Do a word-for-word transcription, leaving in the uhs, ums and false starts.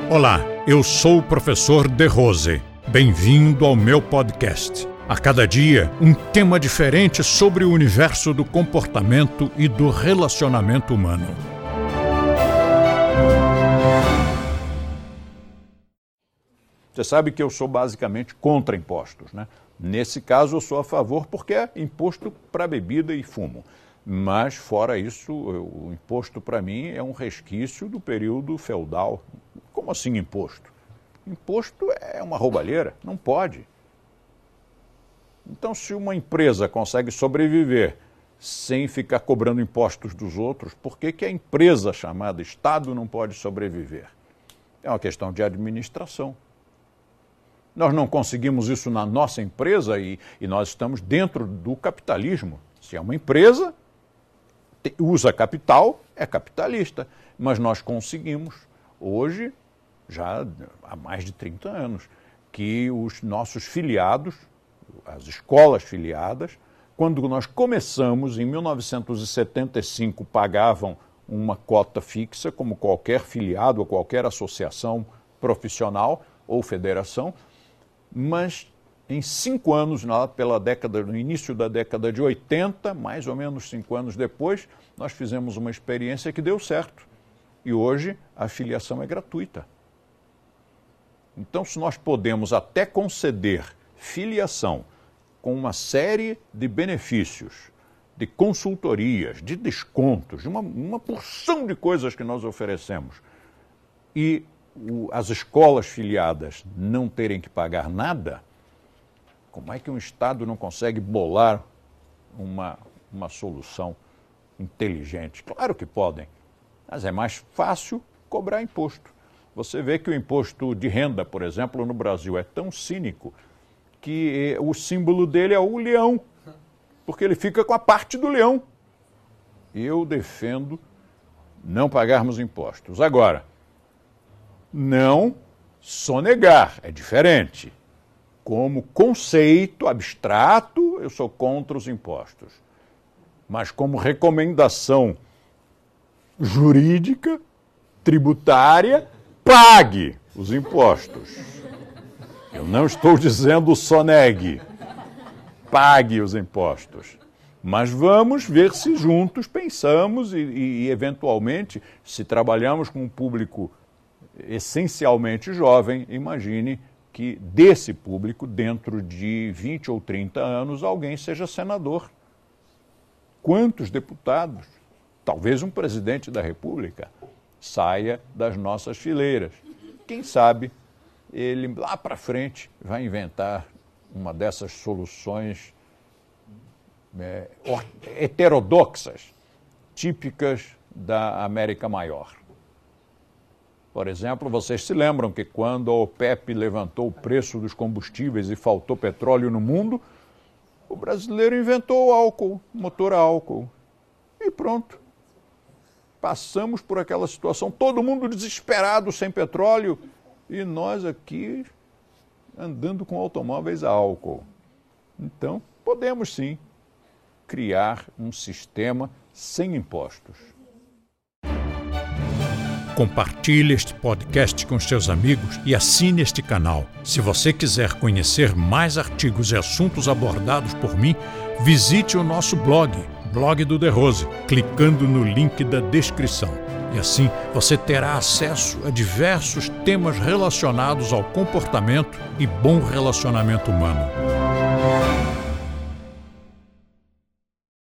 Olá, eu sou o professor De Rose. Bem-vindo ao meu podcast. A cada dia, um tema diferente sobre o universo do comportamento e do relacionamento humano. Você sabe que eu sou basicamente contra impostos, né? Nesse caso, eu sou a favor porque é imposto para bebida e fumo. Mas, fora isso, o imposto para mim é um resquício do período feudal. Como assim imposto? Imposto é uma roubalheira, não pode. Então, se uma empresa consegue sobreviver sem ficar cobrando impostos dos outros, por que que a empresa chamada Estado não pode sobreviver? É uma questão de administração. Nós não conseguimos isso na nossa empresa e, e nós estamos dentro do capitalismo. Se é uma empresa, te, usa capital, é capitalista. Mas nós conseguimos, hoje, já há mais de trinta anos, que os nossos filiados, as escolas filiadas, quando nós começamos, em mil novecentos e setenta e cinco, pagavam uma cota fixa, como qualquer filiado ou qualquer associação profissional ou federação, mas em cinco anos, lá pela década, no início da década de oitenta, mais ou menos cinco anos depois, nós fizemos uma experiência que deu certo. E hoje a filiação é gratuita. Então, se nós podemos até conceder filiação com uma série de benefícios, de consultorias, de descontos, de uma, uma porção de coisas que nós oferecemos, e o, as escolas filiadas não terem que pagar nada, como é que um Estado não consegue bolar uma, uma solução inteligente? Claro que podem, mas é mais fácil cobrar imposto. Você vê que o imposto de renda, por exemplo, no Brasil é tão cínico que o símbolo dele é o leão, porque ele fica com a parte do leão. Eu defendo não pagarmos impostos. Agora, não sonegar, é diferente. Como conceito abstrato, eu sou contra os impostos. Mas como recomendação jurídica, tributária, pague os impostos. Eu não estou dizendo sonegue. Pague os impostos. Mas vamos ver se juntos pensamos e, e, eventualmente, se trabalhamos com um público essencialmente jovem, imagine que desse público, dentro de vinte ou trinta anos, alguém seja senador. Quantos deputados? Talvez um presidente da República saia das nossas fileiras. Quem sabe ele lá para frente vai inventar uma dessas soluções é, heterodoxas, típicas da América Maior. Por exemplo, vocês se lembram que quando a OPEP levantou o preço dos combustíveis e faltou petróleo no mundo, o brasileiro inventou o álcool, motor a álcool, e pronto. Passamos por aquela situação, todo mundo desesperado, sem petróleo, e nós aqui andando com automóveis a álcool. Então, podemos sim criar um sistema sem impostos. Compartilhe este podcast com seus amigos e assine este canal. Se você quiser conhecer mais artigos e assuntos abordados por mim, visite o nosso blog, Blog do De Rose, clicando no link da descrição. E assim você terá acesso a diversos temas relacionados ao comportamento e bom relacionamento humano.